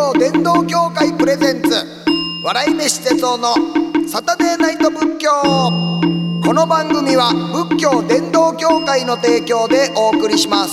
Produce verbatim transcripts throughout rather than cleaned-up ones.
教伝道協会プレゼンツ笑い飯哲夫のサタデーナイト仏教。この番組は仏教伝道協会の提供でお送りします。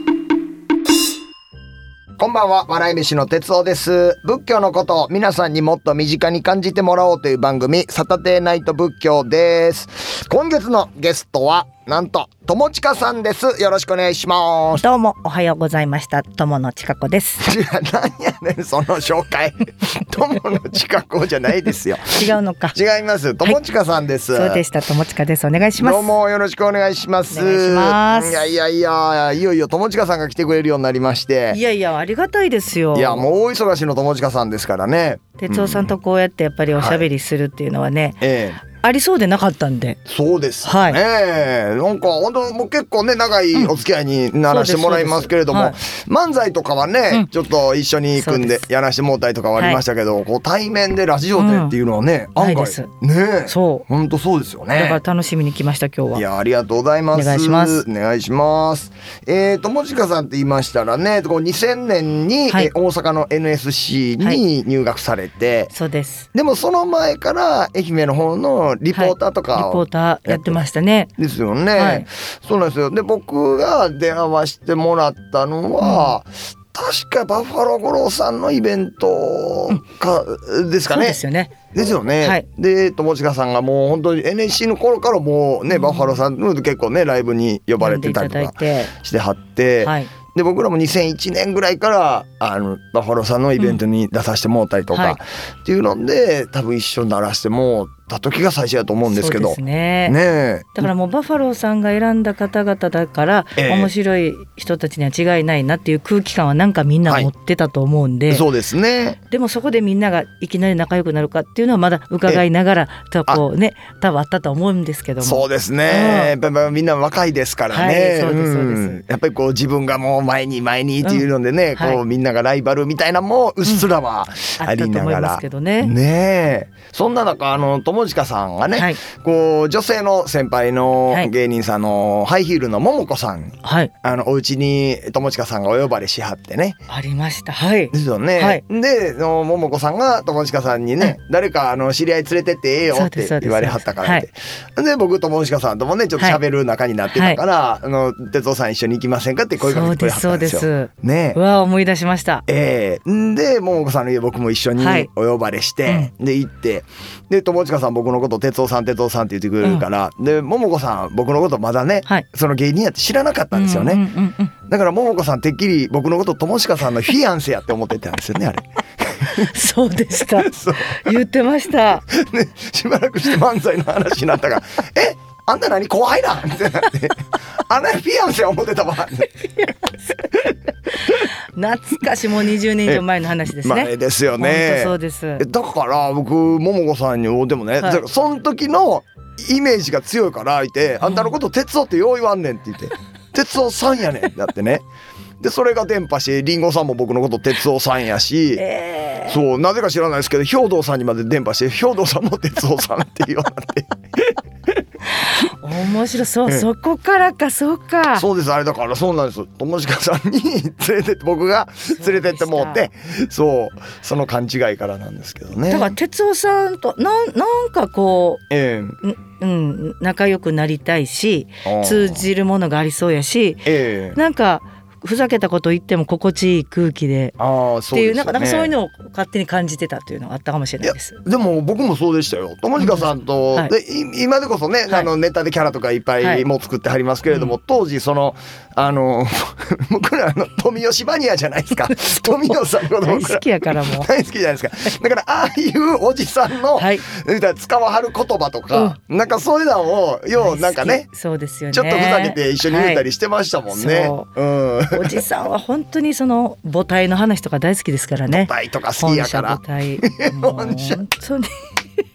こんばんは、笑い飯の哲夫です。仏教のことを皆さんにもっと身近に感じてもらおうという番組、サタデーナイト仏教です。今月のゲストはなんと友近さんです。よろしくお願いします。 どうもおはようございました。友の近子です。 いや、なんやねんその紹介友の近子じゃないですよ。 違うのか。 違います。友近さんです、 はい、そうでした。友近です。お願いします。 どうもよろしくお願いします。 お願いします。 いやいやいや、いよいよ友近さんが来てくれるようになりまして。 いやいや、ありがたいですよ。 いや、もう大忙しの友近さんですからね。 哲夫さんとこうやってやっぱりおしゃべりするっていうのはね、はい、ええありそうでなかったんで。 そうですね、 はい、 なんか本当もう結構ね長いお付き合いにならせてもらいますけれども、うんはい、漫才とかはね、うん、ちょっと一緒に組んでやらせてもらったりとかはありましたけど、はい、こう対面でラジオでっていうのはね、うん、案外ねそう本当そうですよね。 だから楽しみに来ました今日は。 いやありがとうございます。お願いします。お願いします。えー、友近さんって言いましたらね、こうにせんねんに、はい、大阪の エヌエスシー に入学されて、はい、 そうです。 でもその前から愛媛の方のリポーターとか、 はい、リポーターやってましたね。 ですよね、はい、そうなんですよ。で僕が出会わしてもらったのは、うん、確かバッファロー五郎さんのイベントか、うん、ですかね。 そうですよね。 ですよね、はい、で友近さんがもう本当に エヌエスシー の頃からもうね、うん、バッファローさんの結構ねライブに呼ばれてたりとかしてはって、はい、で僕らもにせんいちねんぐらいからあのバッファローさんのイベントに出させてもらったりとか、うんはい、っていうので多分一緒にならせてもらった時が最初だと思うんですけど。 そうですね。 ね、 だからもうバッファローさんが選んだ方々だから、えー、面白い人たちには違いないなっていう空気感はなんかみんな持ってたと思うんで、 はい、そうですね。 でもそこでみんながいきなり仲良くなるかっていうのはまだ伺いながらとこうね多分あったと思うんですけども。 そうですね、うん、やっぱりみんな若いですからね、 はい、そうですそうです、うん、 やっぱりこう自分がもう前に前にっていうのでね、うん、こう、はい、みんながライバルみたいなのもうっすらはありながら、うん、あったと思いますけどね。ねえ、そんな中あの友近さんがね、はい、こう女性の先輩の芸人さんの、はい、ハイヒールの桃子さん、はい、あのお家に友近さんがお呼ばれしはってね。 ありました。はいですよね、はい、での桃子さんが友近さんにね、うん、誰かあの知り合い連れてってええよって言われはったからって、はい、で僕友近さんともねちょっと喋る仲になってたから、はい、あの哲夫さん一緒に行きませんかって声かけてくれはったんですよ。 そうですそうですね。 うわ思い出しました。 えー、で桃子さんの家僕も一緒にお呼ばれして、はいうん、で行ってで友近さん僕のこと哲夫さん哲夫さんって言ってくれるから、うん、で桃子さん僕のことまだね、はい、その芸人やって知らなかったんですよね、うんうんうんうん、だから桃子さんてっきり僕のこと友近さんのフィアンセやって思ってたんですよねあれそうでした言ってました、 ね、しばらくして漫才の話になったからえあんた何後輩だってなってあれフィアンセ思ってたわ懐かしもうにじゅうねん以上前の話ですね。 前ですよね。 本当そうです。 だから僕桃子さんにでもね、はい、その時のイメージが強いからいて、あんたのこと哲夫ってよう言わんねんって言って哲夫さんやねんってなってね。でそれが伝播しリンゴさんも僕のこと哲夫さんやし、えー、そうなぜか知らないですけど兵藤さんにまで伝播して兵藤さんも哲夫さんっていうようになって面白そう、そこからかそうかそうですあれだからそうなんです友近さんに連れてって僕が連れてってもらってそうその勘違いからなんですけどね。 だから哲夫さんとな ん, なんかこう、えーうん、仲良くなりたいし通じるものがありそうやし、えー、なんかふざけたこと言っても心地いい空気であっていう、なんか、なんかそういうのを勝手に感じてたっていうのがあったかもしれないです。 いやでも僕もそうでしたよ友近さんと、はい、で今でこそね、はい、あのネタでキャラとかいっぱいも作ってはりますけれども、はい、当時そのあの僕らの富吉マニアじゃないですか富吉さんの大好きやからもう大好きじゃないですかだからああいうおじさんの、はい、使わはる言葉とか、うん、なんかそういうのをようなんかねそうですよねちょっとふざけて一緒に言ったりしてましたもんね、はい、うんおじさんは本当にその母体の話とか大好きですからね。 母体とか好きやから本社母体もう本当に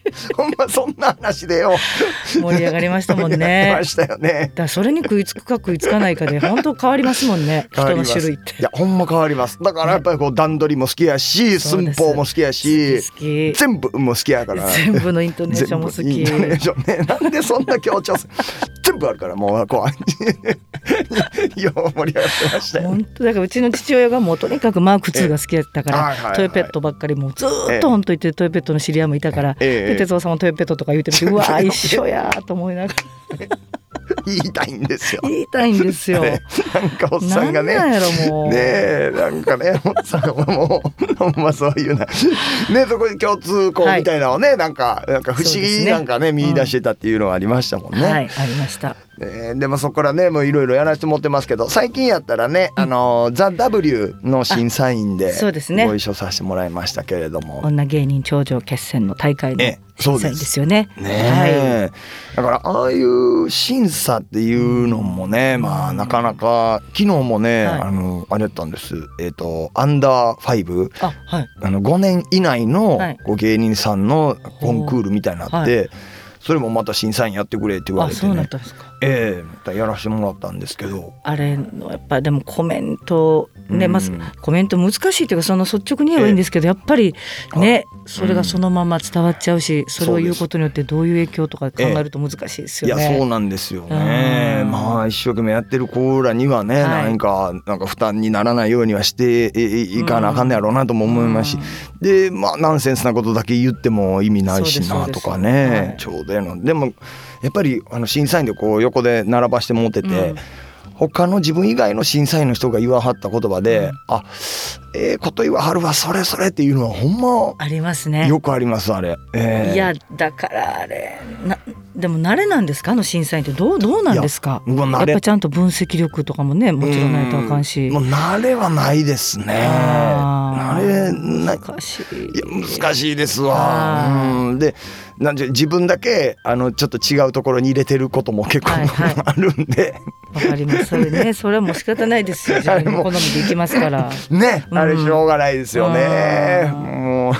ほんまそんな話でよ盛り上がりましたもんね。 盛り上がりましたよね。 だからそれに食いつくか食いつかないかで本当変わりますもんね。人の種類って。 いやほんま変わります。だからやっぱりこう段取りも好きやし、寸法も好きやし、 好き全部も好きやから。 全部のイントネーションも好き。 イントネーションね。なんでそんな強調する全部あるからもうこうよう盛り上がってましたよ。 本当だからうちの父親がもうとにかくマークツーが好きだったから、トヨペットばっかりもうずっと本当言ってるトヨペットの知り合いもいたから、で哲夫さんもトヨペットとか言ってて、うわ一緒やと思いながら言いたいんですよ。 言いたいんですよ。 ね、なんかおっさんがね、 なんやろもうねえなんかねおっさんはもうほんまそういうなねそこに共通項みたいなのをね、はい、なんかなんか不思議なんかね見出してたっていうのはありましたもんね。 はい、ありました。 えー、でもそこからねもういろいろやらせてもってますけど、最近やったらね、うん、あのザ・ W の審査員でご一緒させてもらいましたけれども、 女芸人頂上決戦の大会の審査員ですよね。 ねえ、はい、だからああいう審査っていうのもね、まあなかなか昨日もね、はい、あのあれやったんです。えっとアンダーファイブ、あ、はい、あのごねん以内のこう芸人さんのコンクールみたいになって、はい、それもまた審査員やってくれって言われてね。あ、そうなったんですか。ええ、またやらせてもらったんですけど、あれのやっぱでもコメントね、まずコメント難しいというか、その率直に言えばいいんですけど、やっぱりねそれがそのまま伝わっちゃうし、それを言うことによってどういう影響とか考えると難しいですよね。 いやそうなんですよね。まあ一生懸命やってる子らにはね、はい、なんかなんか負担にならないようにはしていかなあかんねやろうなとも思いますし、でまあナンセンスなことだけ言っても意味ないしなとかね、はい、ちょうどやのでもやっぱりあの審査員でこう横で並ばしてもってて、うん、他の自分以外の審査員の人が言わはった言葉で、うん、あええー、こと言わはるわそれそれっていうのはほんまありますね。 よくありますあれ、えー、 いやだからあれなでも慣れなんですか、あの審査員ってどうどうなんですか。やっぱちゃんと分析力とかもねもちろんないとあかんし、 もう慣れはないですね。慣れない、 難しい。 いや難しいですわ。うんでなんで自分だけあのちょっと違うところに入れてることも結構、はいはい、あるんでわかります。それねそれはもう仕方ないですよ。自分の好みでいきますからね、あれしょうがないですよね、うん、もう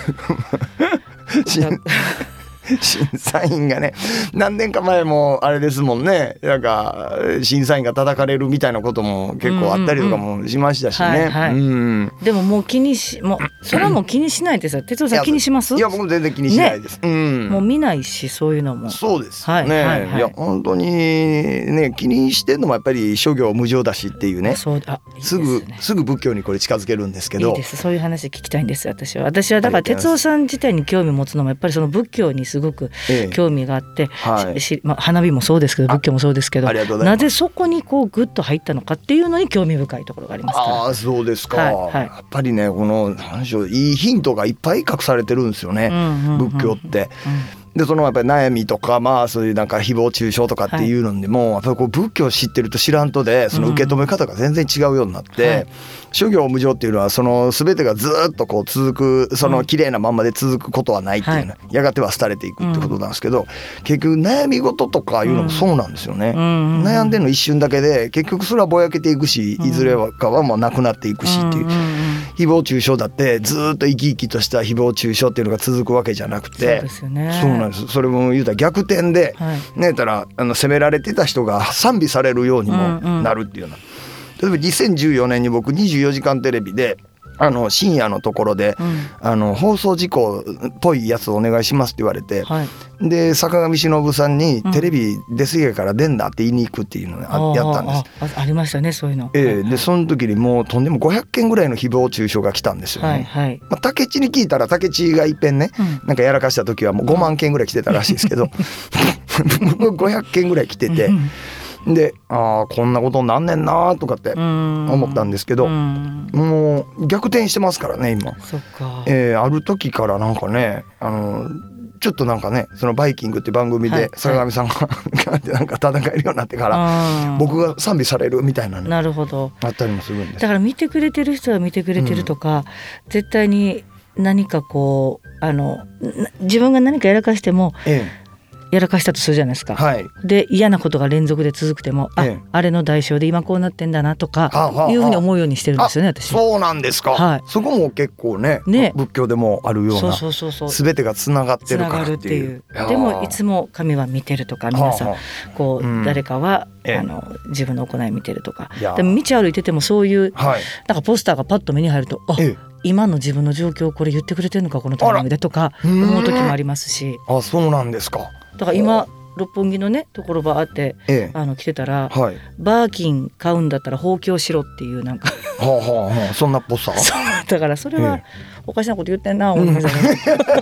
審査員がね何年か前もあれですもんね、なんか審査員が叩かれるみたいなことも結構あったりとかもしましたしね。 でももう気にしもうそれはもう気にしないですよ。哲夫さん気にします？ いや僕全然気にしないです、ね、うん、 もう見ないしそういうのもそうですね、はいはいはい、いや本当にね気にしてんのもやっぱり諸行無常だしっていうね。そうあいいですね、すぐすぐ仏教にこれ近づけるんですけど、 いいです、そういう話聞きたいんです私は。私はだから哲夫さん自体に興味を持つのもやっぱりその仏教にすごく興味があって、ええはいしまあ、花火もそうですけど仏教もそうですけど、なぜそこにこうグッと入ったのかっていうのに興味深いところがありますから。 あそうですか、はいはい、やっぱりねこの何でしょう、いいヒントがいっぱい隠されてるんですよね、うんうんうん、仏教って、うんでそのやっぱり悩みとか、まあそういうなんか誹謗中傷とかっていうのでも、はい、やっぱりこう仏教を知ってると知らんとでその受け止め方が全然違うようになって、うんはい、諸行無常っていうのはその全てがずっとこう続く、その綺麗なまんまで続くことはないっていうの、うん、やがては廃れていくってことなんですけど、うん、結局悩み事とかいうのもそうなんですよね、うん、悩んでるの一瞬だけで結局それはぼやけていくし、いずれかはもうなくなっていくしっていう、うん、誹謗中傷だってずっと生き生きとした誹謗中傷っていうのが続くわけじゃなくて、そうですよね、そうなんです。それも言うたら逆転で、はい、ねたらあの責められてた人が賛美されるようにもなるっていうような、うんうん、例えばにせんじゅうよねんに僕にじゅうよじかんテレビであの深夜のところで、うん、あの放送事故っぽいやつをお願いしますって言われて、はい、で坂上忍さんにテレビ出過ぎやから出んだって言いに行くっていうのをやったんです。 あ, あ, ありましたねそういうの、 えーはいはい、でその時にもうとんでもごひゃっけんぐらいの誹謗中傷が来たんですよね、はいはいまあ、竹地に聞いたら竹地がいっぺんね、うん、なんかやらかした時はもうごまんけんぐらい来てたらしいですけどごひゃっけんぐらい来てて、うんであこんなことになんねんなとかって思ったんですけど、もう逆転してますからね今。そっか、えー、ある時からなんかねあのちょっとなんかねそのバイキングって番組で坂上さんが、はい、なんか戦えるようになってから僕が賛美されるみたいなね、 なるほどあったりもするんです。 だから見てくれてる人は見てくれてるとか、うん、絶対に何かこうあの自分が何かやらかしても、ええやらかしたとするじゃないですか、はい、で嫌なことが連続で続くても、あ、ええ、あれの代償で今こうなってんだなとか、はあはあ、いうふうに思うようにしてるんですよね、私。 そうなんですか、はい、そこも結構 ね, ね仏教でもあるような、そうそうそうそう、全てがつながってるからっていう。 でもいつも神は見てるとか、皆さん、はあはあ、こう、うん、誰かはあの自分の行い見てるとか、でも道歩いててもそういう、はい、なんかポスターがパッと目に入ると、あ、ええ、今の自分の状況をこれ言ってくれてるのかこのタイミングでとか思う時もありますし。 あ、そうなんですか。 だから今六本木のねところばあって、ええ、あの来てたら、はい、バーキン買うんだったら放棄しろっていうなんかはあはあはあ、そんなポスター。 そうだからそれはおかしなこと言ってんな思いましたね。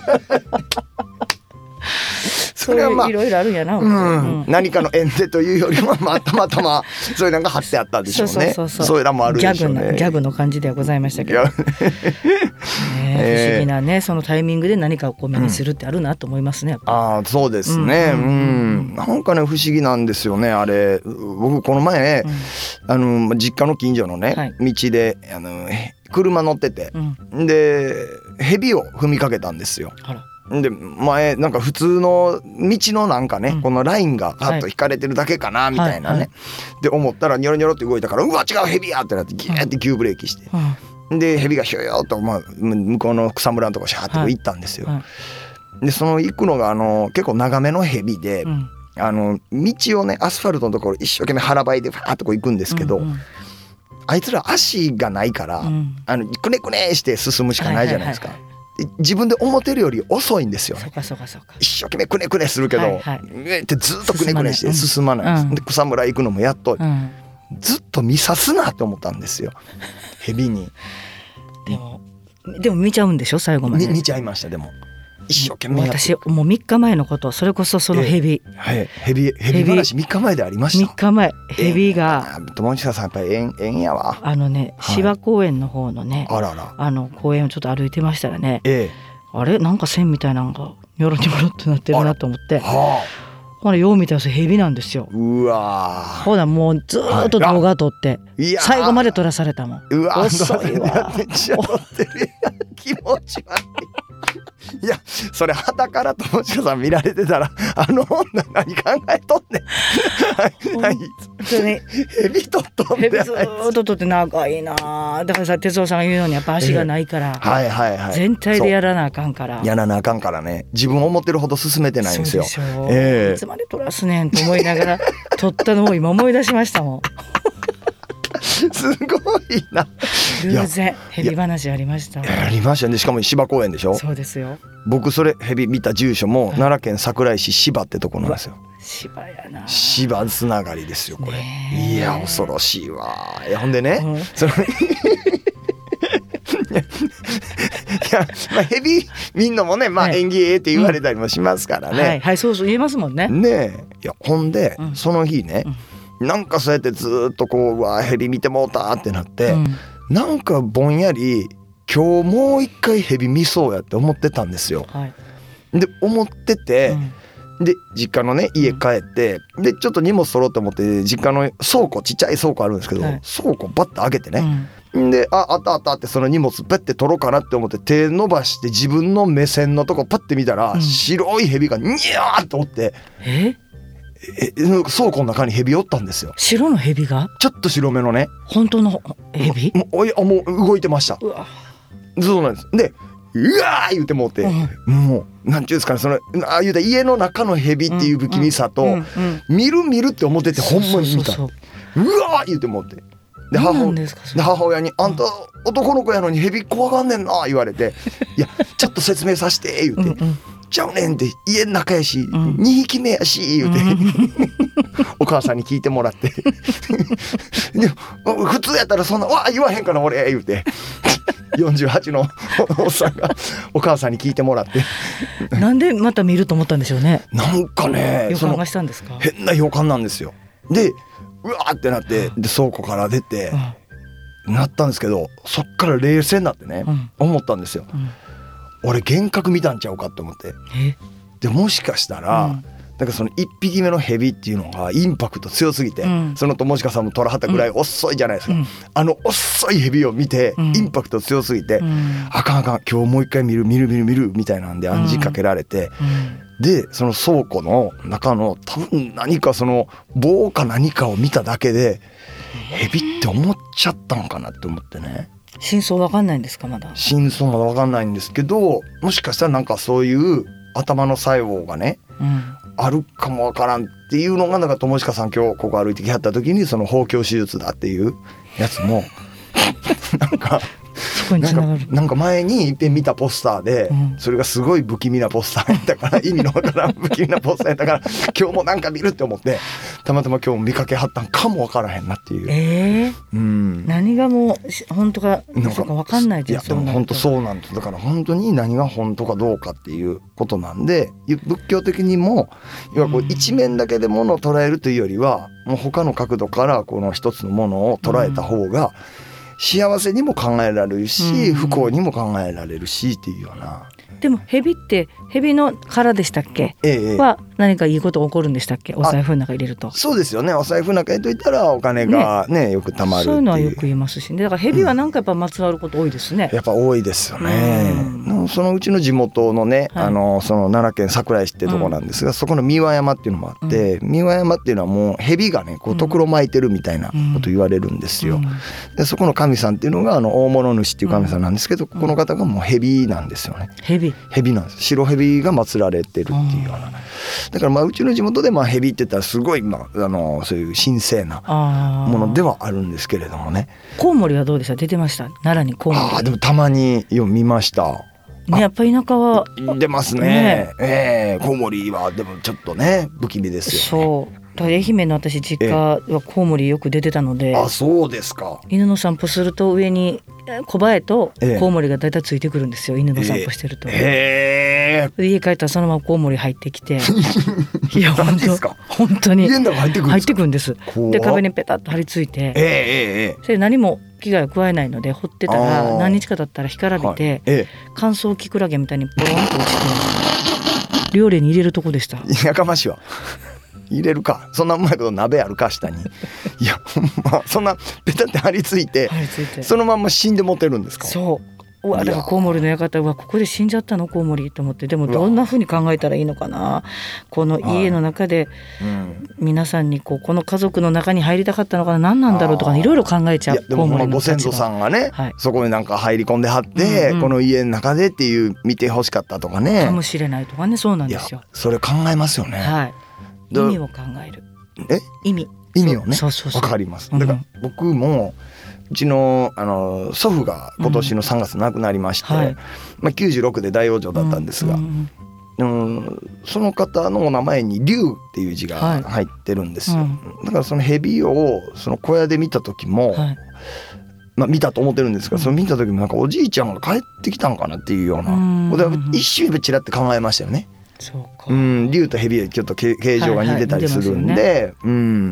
それはまあいろいろあるんやな、 うんうん、何かの縁でというよりもまあたまたまそういうのが貼ってあったんでしょうね。そうそうそうそう、そういうのもあるでしょうね。 ギャグなギャグの感じではございましたけど、ね、えー、不思議なねそのタイミングで何かをこう目にするってあるなと思いますね。 うん、ああそうですね、うんうんうん、なんかね不思議なんですよねあれ。僕この前、うん、あの実家の近所のね、はい、道であの車乗ってて、うん、で蛇を踏みかけたんですよ。あらで前なんか普通の道のなんかね、うん、このラインがパッと引かれてるだけかなみたいなね、はいはいはい、で思ったらニョロニョロって動いたから、うわ違うヘビやってなってギューって急ブレーキして、うん、でヘビがヒューヨーっと、まあ、向こうの草むらのとこシャーってこう行ったんですよ、はいはい、でその行くのがあの結構長めのヘビで、うん、あの道をねアスファルトのところ一生懸命腹ばいでファーッとこう行くんですけど、うんうん、あいつら足がないから、うん、あのくねくねして進むしかないじゃないですか、はいはいはい、自分で思ってるより遅いんですよね。そうかそうかそうか。一生懸命くねくねするけど、はいはい、えってずっとくねくねして進まないです、うん、で草むら行くのもやっと、うん、ずっと見さすなって思ったんですよ蛇に。 でもでも見ちゃうんでしょ最後まで。 見ちゃいました。でも一生懸命やって。 私もうみっかまえのこと、それこそその蛇、 えーはい、蛇蛇話みっかまえでありました。 みっかまえ蛇が友近さんやっぱり縁縁やわ。 あのね、はい、芝公園の方のね、あららあの公園をちょっと歩いてましたらね、えー、あれなんか線みたいなのがニョロニョロってなってるなと思って、はあ、ほらよう見たら蛇なんですよ。 うわほらもうずっと動画撮って、はい、最後まで撮らされたもん。 うわ遅いわめっちゃ撮ってるやん気持ち悪い。いやそれ旗から友近さん見られてたらあの女何考えとんねん。はい、ヘビとっとんで。 ヘビずっととって長いな。だからさ哲夫さんが言うようにやっぱ足がないから、えーはいはいはい、全体でやらなあかんからやらなあかんからね。自分思ってるほど進めてないんですよ。 そうでしょ、えー、いつまで撮らすねんと思いながら撮ったのを今思い出しましたもん。 すごいな。 偶然ヘビ話ありました。 ありましたね。しかも芝公園でしょ。 そうですよ。 僕それヘビ見た住所も奈良県桜井市芝ってとこなんですよ。 芝やな。 芝つながりですよこれ。いや恐ろしいわ。いやほんでね、うん、そのいや、まあ、ヘビ見んのもね、まあ、縁起ええって言われたりもしますからね、うん、 はいはい、そうそう言えますもんね。 ねえ、いやほんで、うん、その日ね、うん、なんかそうやってずっとこううわヘビ見てもうたってなって、うん、なんかぼんやり今日もう一回ヘビ見そうやって思ってたんですよ、はい、で思ってて、うん、で実家のね家帰って、うん、でちょっと荷物揃って思って実家の倉庫ちっちゃい倉庫あるんですけど、はい、倉庫バッと開けてね、うん、でああったあったってその荷物ペッて取ろうかなって思って手伸ばして自分の目線のとこパッて見たら、うん、白いヘビがニャーっておって、ええ倉庫の中にヘビおったんですよ。 白のヘビがちょっと白目のね本当のヘビもう、いやもう動いてました。うわそうなんです。でうわー言うてもうて、うん、もうなんていうんですかねそのあ言うた家の中のヘビっていう不気味さと、うんうんうんうん、見る見るって思っててほんまに見た。そうそうそううわー言うてもうてで 母, で母親にあんた男の子やのにヘビ怖がんねんな言われていやちょっと説明させて言うて、うんうんちゃうねんって家の中やし、うん、にひきめやし言うて、うん、お母さんに聞いてもらってで普通やったらそんなわ言わへんから俺言うてよんじゅうはちのおっさんがお母さんに聞いてもらってなんでまた見ると思ったんでしょうね。 なんかね予感がしたんですか。 変な予感なんですよ。でうわーってなってで倉庫から出て、うん、なったんですけどそっから冷静になってね、うん、思ったんですよ、うん俺幻覚見たんちゃうかって思ってでもしかしたら、うん、 だからそのいっぴきめのヘビっていうのがインパクト強すぎて、うん、その友近さんもトラハったぐらい遅いじゃないですか、うん、あの遅いヘビを見てインパクト強すぎて、うん、あかんあかん今日もう一回見る見る見る見るみたいなんで暗示かけられて、うん、でその倉庫の中の多分何かその棒か何かを見ただけでヘビって思っちゃったのかなって思ってね。 真相わかんないんですか？まだ真相まだわかんないんですけど、もしかしたらなんかそういう頭の細胞がね、うん、あるかもわからんっていうのがなんか友近さん今日ここ歩いてきはった時にその包協手術だっていうやつもなんかそこに繋がる。 なんか前にいっぺん見たポスターで、うん、それがすごい不気味なポスターやったから意味のわからん不気味なポスターやったから今日もなんか見るって思ってたまたま今日も見かけはったんかもわからへんなっていう、 えーうん、何がもう本当か嘘かわかんないじゃん。 いやでも本当そうなんです。だから本当に何が本当かどうかっていうことなんで、仏教的にも要はこう一面だけでものを捉えるというよりはもう他の角度からこの一つのものを捉えた方が、うん幸せにも考えられるし、うん、不幸にも考えられるしっていうような。 でもヘビってヘビの殻でしたっけ、ええ、は何かいいこと起こるんでしたっけ？お財布の中入れると。 そうですよね。お財布の中にといったらお金が ね, ねよく貯まるっていう。 そういうのはよく言いますし、ね、だからヘビはなんかやっぱまつわること多いですね、 うん、やっぱ多いですよね、うん、そのうちの地元のね、はい、あのその奈良県桜井市ってとこなんですが、うん、そこの三輪山っていうのもあって、うん、三輪山っていうのはもうヘビがねこうとくろ巻いてるみたいなこと言われるんですよ、うん、でそこの神さんっていうのがあの大物主っていう神さんなんですけど、うん、この方がもうヘビなんですよね。 ヘビヘビなんです。白ヘビが祀られてるっていうような。だからまあうちの地元でまあヘビって言ったらすごいまああのそういう神聖なものではあるんですけれどもね。 コウモリはどうでした？出てました？奈良にコウモリ。 ああでもたまによ見ました。 ね、やっぱり田舎は出ますね。ねえー、コウモリはでもちょっとね不気味ですよね。そう。 愛媛の私実家はコウモリよく出てたので、 あそうですか。 犬の散歩すると上に小バエとコウモリがだいたいついてくるんですよ、犬の散歩してると、えー、家帰ったらそのままコウモリ入ってきていや本当本当に家の中入ってくるんですか？ 入ってくるんです。で壁にペタッと張り付いて、えーえー、それ何も危害を加えないので掘ってたら何日か経ったら干からびて、はいえー、乾燥キクラゲみたいにポロンと落ちて料理に入れるとこでした。 やかましいわ入れるか、そんなうまいこと鍋あるか下にいやほんまそんなペタって張り付いて張り付いてそのまんま死んで持てるんですか？ そううわだからコウモリの館はここで死んじゃったのコウモリと思って、でもどんな風に考えたらいいのかな、この家の中で皆さんにこうこの家族の中に入りたかったのかな、何なんだろうとかいろいろ考えちゃう。いやでもご先祖さんがね、はい、そこになんか入り込んではって、うんうん、この家の中でっていう見てほしかったとかね、 かもしれないとかね。そうなんですよ。 それ考えますよね。 はい意味を考える。 え意味意味をねそうそうそう分かります。だから僕もうちの、あの祖父が今年のさんがつ亡くなりまして、うんはいまあ、きゅうじゅうろくで大往生だったんですが、うんうん、その方のお名前に龍っていう字が入ってるんですよ、はいうん、だからその蛇をその小屋で見た時も、はいまあ、見たと思ってるんですが、その見た時もなんかおじいちゃんが帰ってきたんかなっていうような、うん、一瞬ちらって考えましたよね。 そうか、 うん、竜と蛇はちょっと形状が似てたりするんで、はいはいね、うん、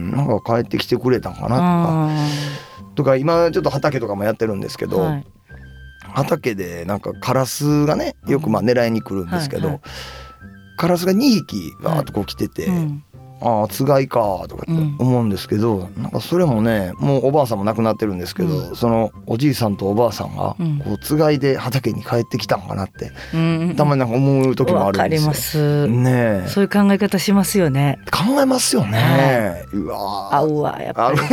なんか帰ってきてくれたんかなとかとか今ちょっと畑とかもやってるんですけど、はい、畑でなんかカラスがねよくまあ狙いに来るんですけど、うんはいはい、カラスがにひきバーッとこう来てて、はいうんああつがいかとかって思うんですけど、うん、なんかそれもねもうおばあさんも亡くなってるんですけど、うん、そのおじいさんとおばあさんがこうつがいで畑に帰ってきたのかなって、うん、たまになんか思う時もあるんですよ。わかります、 ね、そういう考え方しますよね。 考えますよね、はい、うわ合うわやっぱり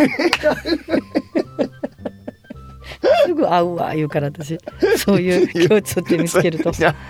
すぐ合うわ言うから私そういう共通点見つけるとちゃん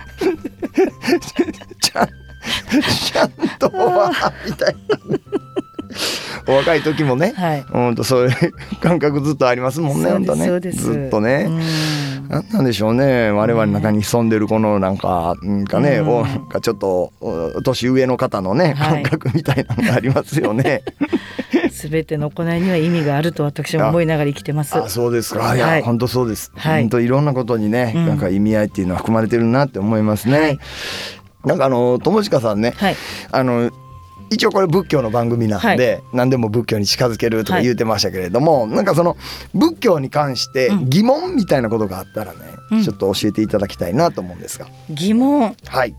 ちゃんとおばあみたいなお若い時もね、はい、ほんとそういう感覚ずっとありますもんね。本当ねずっとねなんなんでしょうね我々の中に潜んでるこのなんかなんかね、うん、なんかちょっと年上の方のね感覚みたいなのがありますよね、 はい、全ての行いには意味があると私は思いながら生きてます。 ああそうですか。いや、はい、本当そうです、はい、本当いろんなことにね、うん、なんか意味合いっていうのは含まれてるなって思いますね、はいなんかあの友近さんね、はい、あの一応これ仏教の番組なんで、はい、何でも仏教に近づけるとか言ってましたけれども、はい、なんかその仏教に関して疑問みたいなことがあったらね、うん、ちょっと教えていただきたいなと思うんですが。 疑問はい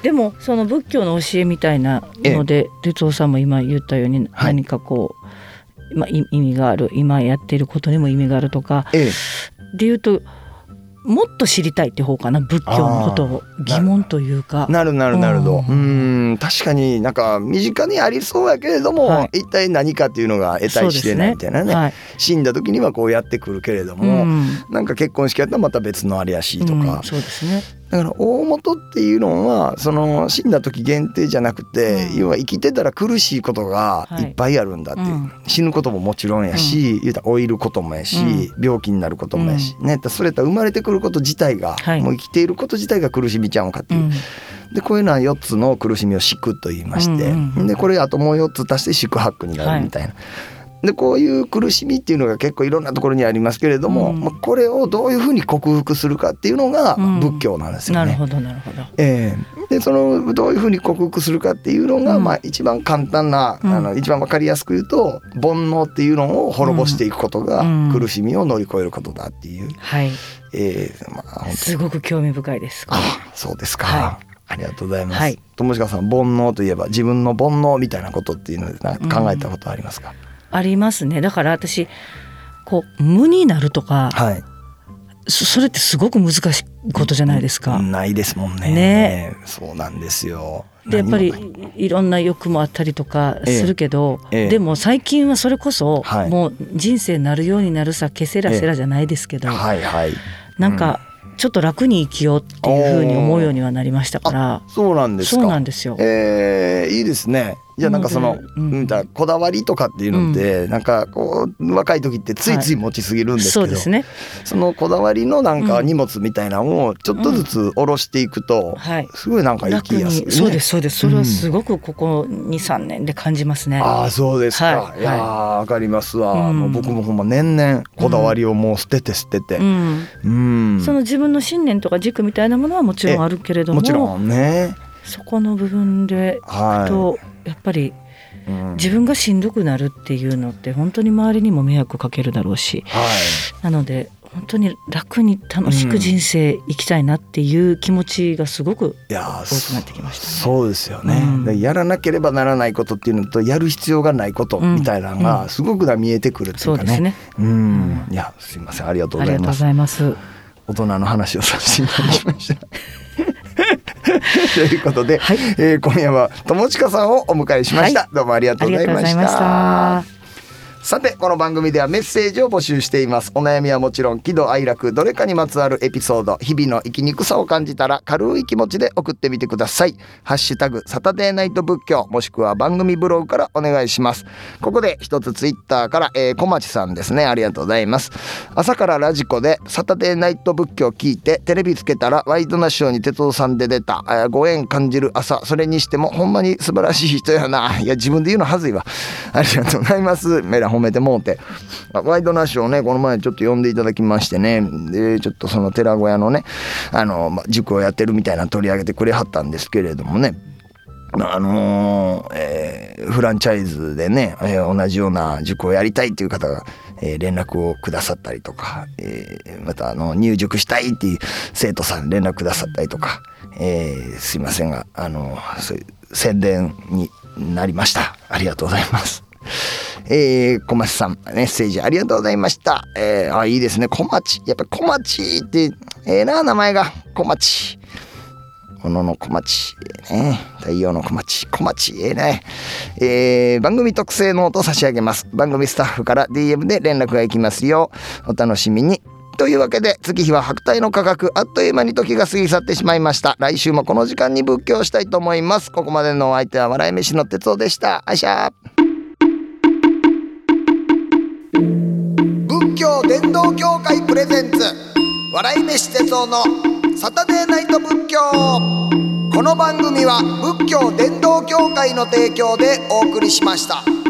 でもその仏教の教えみたいなので、哲夫さんも今言ったように何かこう、はい、まあ、意味がある、今やっていることにも意味があるとか、ええ、で言うともっと知りたいって方かな、仏教のことを疑問というか。 なるなるなるほど、うん、ん確かになんか身近にありそうやけれども、はい、一体何かっていうのが得体してないみたいな ね, ね、はい、死んだ時にはこうやってくるけれども、うん、なんか結婚式やったらまた別のあれやしとか、うん、 そうですね。 だから大元っていうのはその死んだ時限定じゃなくて、うん、要は生きてたら苦しいことがいっぱいあるんだっていう、はい、うん、死ぬことももちろんやし、うん、言うたら老いることもやし、うん、病気になることもやし、うんね、それと生まれてくること自体が、はい、もう生きていること自体が苦しみちゃうんかっていう、うん、でこういうのはよっつの苦しみを死苦と言いまして、うんうん、でこれあともうよっつ足して四苦八苦になるみたいな、はい、でこういう苦しみっていうのが結構いろんなところにありますけれども、うん、まあ、これをどういうふうに克服するかっていうのが仏教なんですよね、うん、なるほどなるほど、えー、でそのどういうふうに克服するかっていうのが、うん、まあ、一番簡単な、うん、あの一番分かりやすく言うと煩悩っていうのを滅ぼしていくことが苦しみを乗り越えることだっていう、うん、はい、えーまあ、本当すごく興味深いです。 あ、そうですか、はい、ありがとうございます、はい、友近さん、煩悩といえば自分の煩悩みたいなことっていうので考えたことありますか？ うん、ありますね。だから私こう無になるとか、はい、そ, それってすごく難しいことじゃないですか。 ないですもん ね, ねそうなんですよ。 でやっぱりいろんな欲もあったりとかするけど、ええええ、でも最近はそれこそ、はい、もう人生なるようになるさケセラセラじゃないですけど、ええ、はいはい、なんか、うん、ちょっと楽に生きようっていうふうに思うようにはなりましたから。 そうなんですか。 そうなんですよ。 えー、いいですね。じゃあなんかその、うん、こだわりとかっていうのって、うん、なんかこう若い時ってついつい持ちすぎるんですけど、はい、そうですね、そのこだわりのなんか荷物みたいなのをちょっとずつ下ろしていくと、うん、すごいなんか生きやすい、ね、 そうですそうです。それはすごくここ に,さん 年で感じますね、うん、 ああそうですか、はい、いやーわかりますわ、うん、もう僕もほんま年々こだわりをもう捨てて捨てて、うんうん、 その自分の信念とか軸みたいなものはもちろんあるけれども、 もちろんね、 そこの部分でいくと、はい、やっぱりうん、自分がしんどくなるっていうのって本当に周りにも迷惑かけるだろうし、はい、なので本当に楽に楽しく人生生きたいなっていう気持ちがすごく多くなってきましたね。 そうですよね、うん、でやらなければならないことっていうのとやる必要がないことみたいなのがすごく見えてくるっていうかね、うんうん、そうですね、うん、いやすいません、ありがとうございます。ありがとうございます。大人の話をさせていただきましたということで、はい、えー、今夜は友近さんをお迎えしました、はい、どうもありがとうございました。さてこの番組ではメッセージを募集しています。お悩みはもちろん喜怒哀楽どれかにまつわるエピソード、日々の生きにくさを感じたら軽い気持ちで送ってみてください。ハッシュタグサタデーナイト仏教もしくは番組ブログからお願いします。ここで一つツイッターから、えー、小町さんですね、ありがとうございます。朝からラジコでサタデーナイト仏教聞いてテレビつけたらワイドナショーに哲夫さんで出た、えー、ご縁感じる朝、それにしてもほんまに素晴らしい人やな。いや自分で言うのはずいわ。ありがとうございます。メラ褒めてもうて、ワイドナショーねこの前ちょっと呼んでいただきましてね、でちょっとその寺小屋のねあの、ま、塾をやってるみたいなの取り上げてくれはったんですけれどもね、あのーえー、フランチャイズでね、えー、同じような塾をやりたいっていう方が、えー、連絡をくださったりとか、えー、またあの入塾したいっていう生徒さん連絡くださったりとか、えー、すいませんがあのそういう宣伝になりました。ありがとうございます。えー、小町さんメッセージありがとうございました。えー、あいいですね、小町、やっぱ小町ってええー、な名前が小町、小野の小町、えー、ね、太陽の小町、小町ええー、ね、えー、番組特製ノート差し上げます。番組スタッフから ディーエム で連絡がいきますよ、お楽しみに。というわけで月日は白帯の価格、あっという間に時が過ぎ去ってしまいました。来週もこの時間に仏教したいと思います。ここまでのお相手は笑い飯の哲夫でした。あいしゃー。仏教伝道協会プレゼンツ笑い飯哲夫のサタデーナイト仏教。この番組は仏教伝道協会の提供でお送りしました。